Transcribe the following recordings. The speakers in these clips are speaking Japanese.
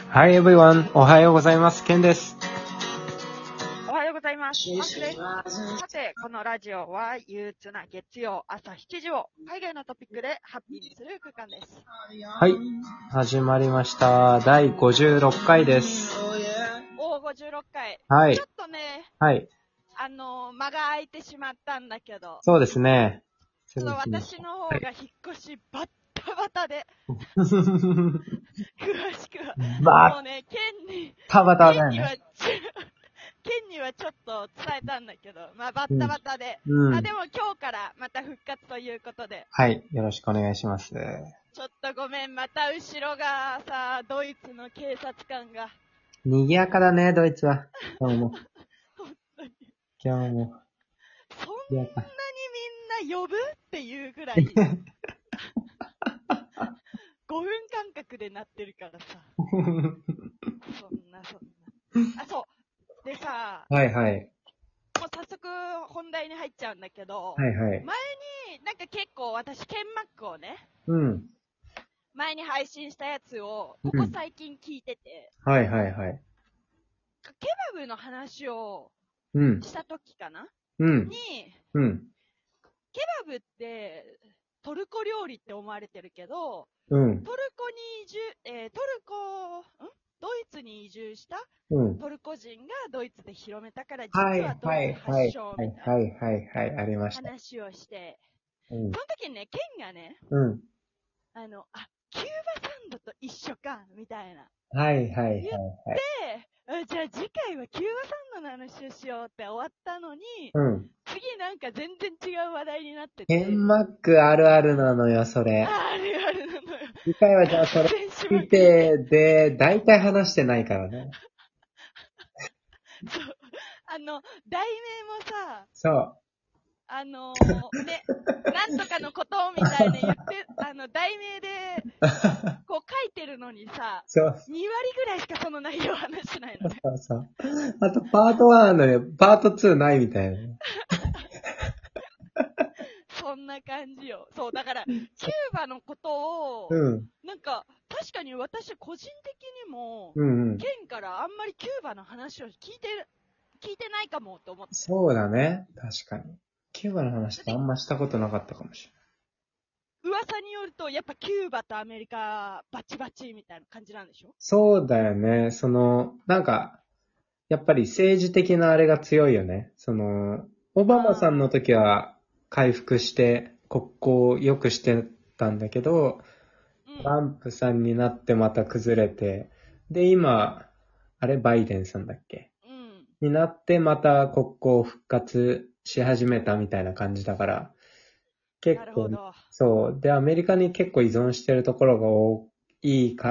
Hi everyone! おはようございます。ケンです。 おはようございます。マックです。さて、このラジオは憂鬱な月曜朝7時を海外のトピックでハッピーにする空間です。 はい。始まりました。第56回です。 56回。 はい。 ちょっとね、 はい。 間が空いてしまったんだけど。 そうですね。 ちょっと私の方が引っ越しバッタバタで。詳しくは。もうね、ケンにはちょっと伝えたんだけど、まあバッタバタで。まあでも今日からまた復活ということで。 はい。よろしくお願いします。 ちょっとごめん、また後ろがさ、ドイツの警察官が。 賑やかだね、ドイツは。今日も。 本当に。 今日も。 そんなにみんな呼ぶっていうぐらい、5分間隔で鳴ってるからさ。そんな。あ、そう。でさ、 はいはい。 もう早速本題に入っちゃうんだけど、 はいはい。 前になんか結構私、ケンマックをね、前に配信したやつを、ここ最近聞いてて、 はいはいはい。 ケバブの話をした時かな、に、ケバブってトルコ料理って思われてるけど、ドイツに移住したトルコ人がドイツで広めたから、実はドイツ発祥みたいな話をして、その時にね、ケンがね、キューバサンドと一緒か、みたいな。言って、じゃあ次回はキューバサンドの話をしようって終わったのに、次なんか全然違う話題になってて。 ケンマックあるあるなのよ、それ。 あるあるなのよ。 次回はじゃあそれ見て、で、大体話してないからね。 そう。題名もさ、 そう。 ね、なんとかのことみたいな言って、題名で、こう書いてるのにさ、2割ぐらいしかその内容話してないのね。 そう。あと、パート1のよ、パート2ないみたいな。 そんな感じよ。そう、だから、キューバのことを、なんか、確かに私個人的にも、ケンからあんまりキューバの話を聞いてないかもと思って。 そうだね。確かに。キューバの話ってあんましたことなかったかもしれない。 噂によると、やっぱキューバとアメリカ、バチバチみたいな感じなんでしょ？ そうだよね。なんか、やっぱり政治的なあれが強いよね。オバマさんの時は回復して、国交を良くしてたんだけど、トランプさんになってまた崩れて、で、今、バイデンさんだっけ？になってまた国交復活し始めたみたいな感じだから、結構、そう。で、アメリカに結構依存してるところが多いから、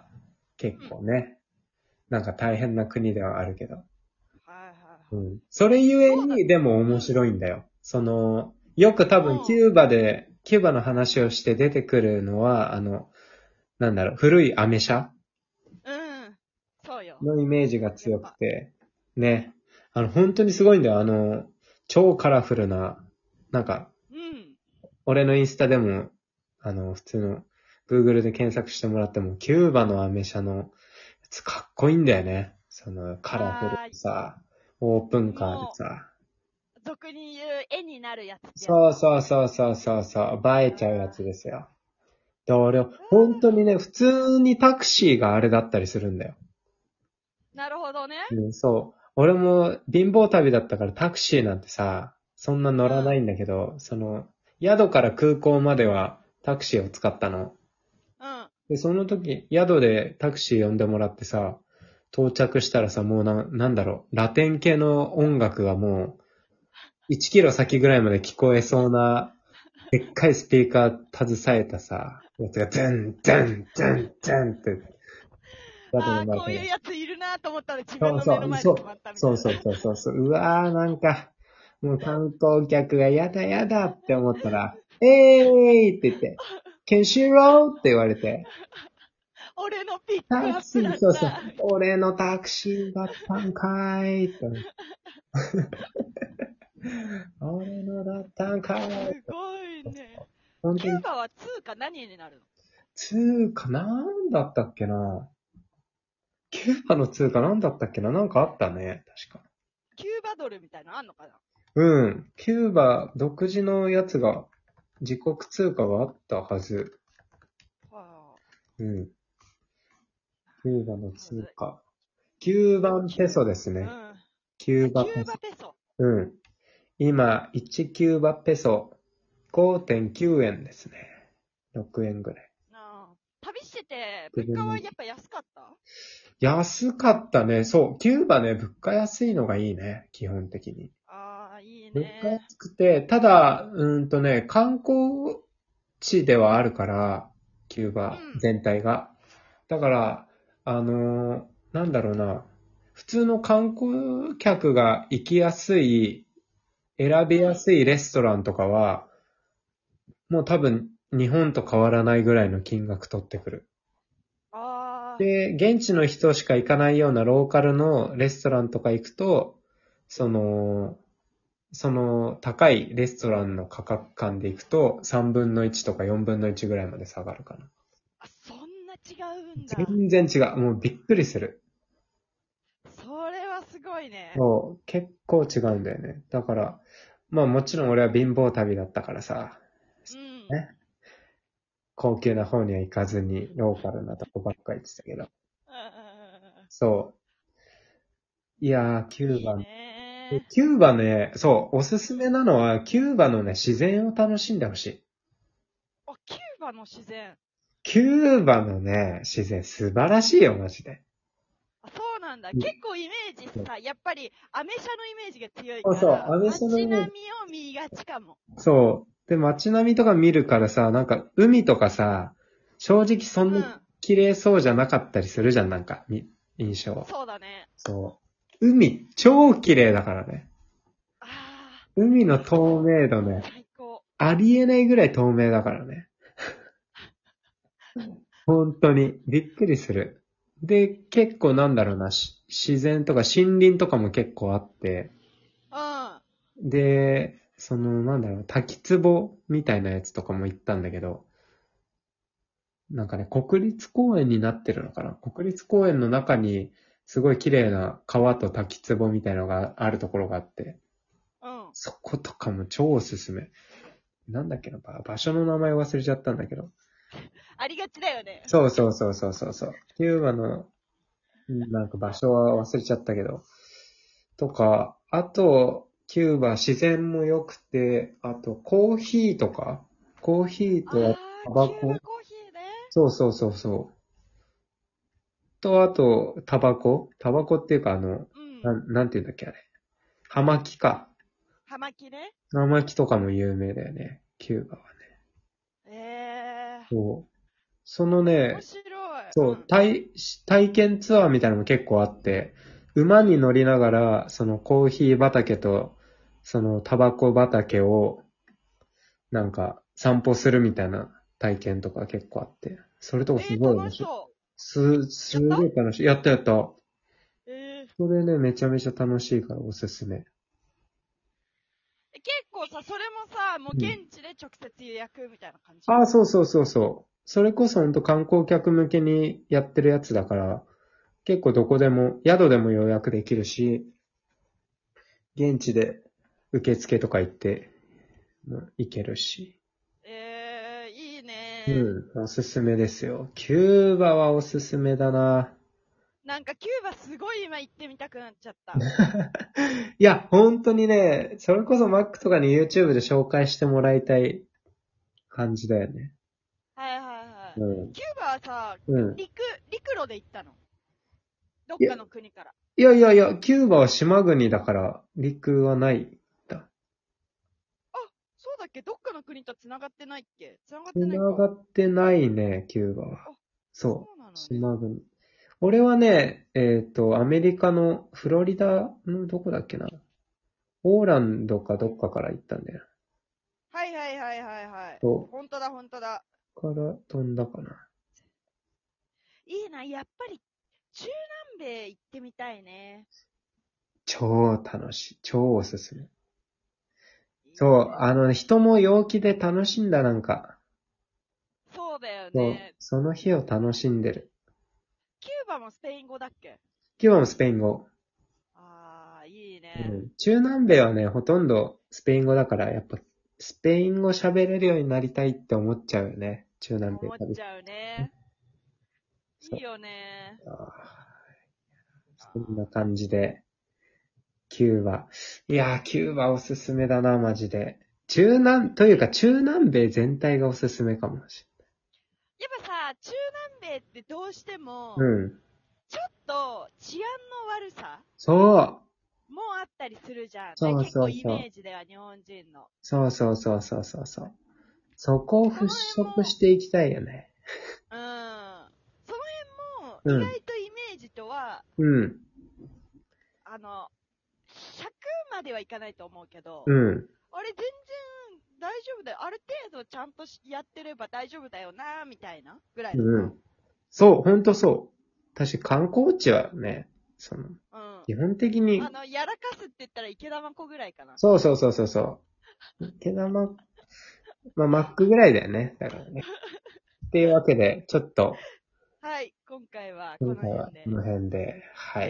結構ね、なんか大変な国ではあるけど。それゆえに、でも面白いんだよ。よく多分キューバの話をして出てくるのは、古いアメ車そうよ。 のイメージが強くて、ね。本当にすごいんだよ。超カラフルな、なんか、俺のインスタでも、普通の Google で検索してもらっても、キューバのアメ車のやつかっこいいんだよね。カラフルでさ、オープンカーでさ。 俗に言う絵になるやつ。 そう。映えちゃうやつですよ。で、俺、本当にね、普通にタクシーがあれだったりするんだよ。 なるほどね。 そう。俺も貧乏旅だったからタクシーなんてさ、そんな乗らないんだけど、宿から空港まではタクシーを使ったの。で、その時、宿でタクシー呼んでもらってさ、到着したらさ、もうなんだろう、ラテン系の音楽がもう、1キロ先ぐらいまで聞こえそうな、でっかいスピーカー携えたさ、やつが、ズン、ズン、ズン、ズンって、 こういうやついるなと思ったら自分の目の前で決まったみたいな。 そう。うわーなんか、もう観光客がやだって思ったら、えーいって言って、ケンシローって言われて、 俺のピックアップだった。 そう。俺のタクシーだったんかーいって。俺のだったんかーい。 すごいね。キューバは通貨何になるの？ 通貨なんだったっけな。 キューバの通貨なんだったっけな、なんかあったね。確か。 キューバドルみたいなのあんのかな？ うん。キューバ独自のやつが、自国通貨があったはず。 はあ、 うん。キューバの通貨。キューバンペソですね。 うん。 キューバキューペソ。 バペソ。 うん。今、1キューバペソ 5.9 円ですね。6円ぐらい。 旅してて、物価はやっぱ安かった？ 安かったね。そう。キューバね、物価安いのがいいね。基本的に。 ああ、いい物価ね。 安くて、ただ、観光地ではあるから、キューバうん。 全体が。だから、なんだろうな。普通の観光客が行きやすい、選びやすいレストランとかは、もう多分日本と変わらないぐらいの金額取ってくる。 ああ。 で、現地の人しか行かないようなローカルのレストランとか行くと、その、その高いレストランの価格感で行くと3分の1とか4分の1ぐらいまで下がるかな。 あ、そんな違うんだ。 全然違う。もうびっくりする。 それはすごいね。 そう、結構違うんだよね。だから、まあもちろん俺は貧乏旅だったからさ、 うん。 ね、高級な方には行かずにローカルなとこばっかり言ってたけど。そう。いやー、キュいいーバ、 ね。 キューバね、そう、おすすめなのは、キューバのね、自然を楽しんでほしい。 あ、キューバの自然。 キューバのね、自然素晴らしいよ、マジで。 あ、そうなんだ。 うん結構イメージさ、やっぱりアメ車のイメージが強いそうそう、 から、 アメ車の街並ね、 みを見がちかも。 そう。で、街並みとか見るからさ、なんか、海とかさ、正直そんなうん。 綺麗そうじゃなかったりするじゃん、なんか、印象。 そうだね。 そう。海、超綺麗だからね。 あ海のあ、 透明度ね、 最高。 ありえないぐらい透明だからね。本当に、びっくりする。で、結構なんだろうな、自然とか森林とかも結構あって、 うん。 で、なんだろう、滝壺みたいなやつとかも行ったんだけど、なんかね、国立公園になってるのかな。国立公園の中に、すごい綺麗な川と滝壺みたいなのがあるところがあって、 うん。 そことかも超おすすめ。なんだっけな、場所の名前忘れちゃったんだけど。 ありがちだよね。 そうそうそうそうそうそう。キューバの、なんか場所は忘れちゃったけど。とか、あと、キューバ自然も良くて、あとコーヒーとか、コーヒーとああ、キュータバコ。 バコーヒーね。 そうそうそうそう。と、あと、タバコっていうかうん。 なんていうんだっけあれ。葉巻か。 葉巻ね。 葉巻とかも有名だよね。キューバはね。 ええそう。そのー、面ね、 白い。 そう、体験ツアーみたいなのも結構あって、馬に乗りながら、そのコーヒー畑と、そのタバコ畑を、なんか散歩するみたいな体験とか結構あって、それとかすごい面白い。 楽しそすう。やった？ ごい楽しい。やったやった。 えそれね、めちゃめちゃ楽しいからおすすめ。 結構さ、それもさ、もううん。 現地で直接予約みたいな感じ？ ああ、そうそうそうそう。それこそほんと観光客向けにやってるやつだから、結構どこでも、宿でも予約できるし、現地で受付とか行って、行けるし。 いいね。 うん、おすすめですよ。キューバはおすすめだな。 なんかキューバすごい今行ってみたくなっちゃった。 いや、本当にね、それこそ Mac とかに YouTube で紹介してもらいたい感じだよね。 はいはいはうん。 い。キューバはさ、 うん。 陸路で行ったの？どっいや、 かの国から。 キューバは島国だから陸はないんだ。 あ、そうだっけ？どっかの国と繋がってないっけ？繋がってないか。 繋がってないね、キューバは。 あ、 そう。 そうなのね。 島国。俺はね、アメリカのフロリダのどこだっけな。オーランドかどっかから行ったんだよ。 はいはいはいはいはい。 そほんとだほんとだ。 う。から飛んだかな。 いいな、やっぱり中南米行ってみたいね。 超楽しい。超おすすめ。 いいそう。 ね。 人も陽気で楽しんだ、なんか。 そうだよそう。 ね。 その日を楽しんでる。 キューババもスペイン語だっけ？ キューバもスペイン語。 ああ、いいね。 中南米はね、ほとんどスペイン語だから、やっぱ、スペイン語喋れるようになりたいって思っちゃうよね。中南米。 思っちゃうね。いいよね。 そんな感じで、キューバ。いやー、キューバおすすめだな、マジで。中南米全体がおすすめかもしやっぱさ、中南米ってどうしても、 れない。うん。 ちょっと治安の悪さそうもあったりするじゃん。 そう結構イメージでは日本人の。 そう。そこを払拭していきたいよね。 うん。その辺も、意外とイメージとは、 うん。 100まではいかないと思うけど、 うん。 あれ全然大丈夫だよ。ある程度ちゃんとやってれば大丈夫だよな、みたいなぐらいだった。 うん。そう、ほんとそう。確か観光地はね、基本的に。 やらかすって言ったら池田真子ぐらいかな。 そう。池田マックぐらいだよね。だからね。っていうわけで、ちょっと。 はい、今回はこの辺で。はい。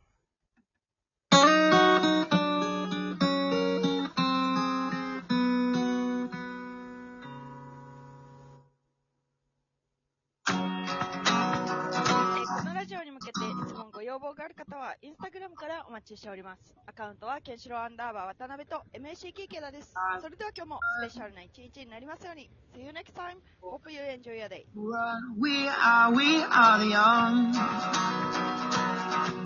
要望がある方は、インスタグラムからお待ちしております。アカウントは、ケンシロウ_渡辺と MACK 池田です。それでは今日もスペシャルな一日になりますように。See you next time. Hope you enjoy your day. We are the young.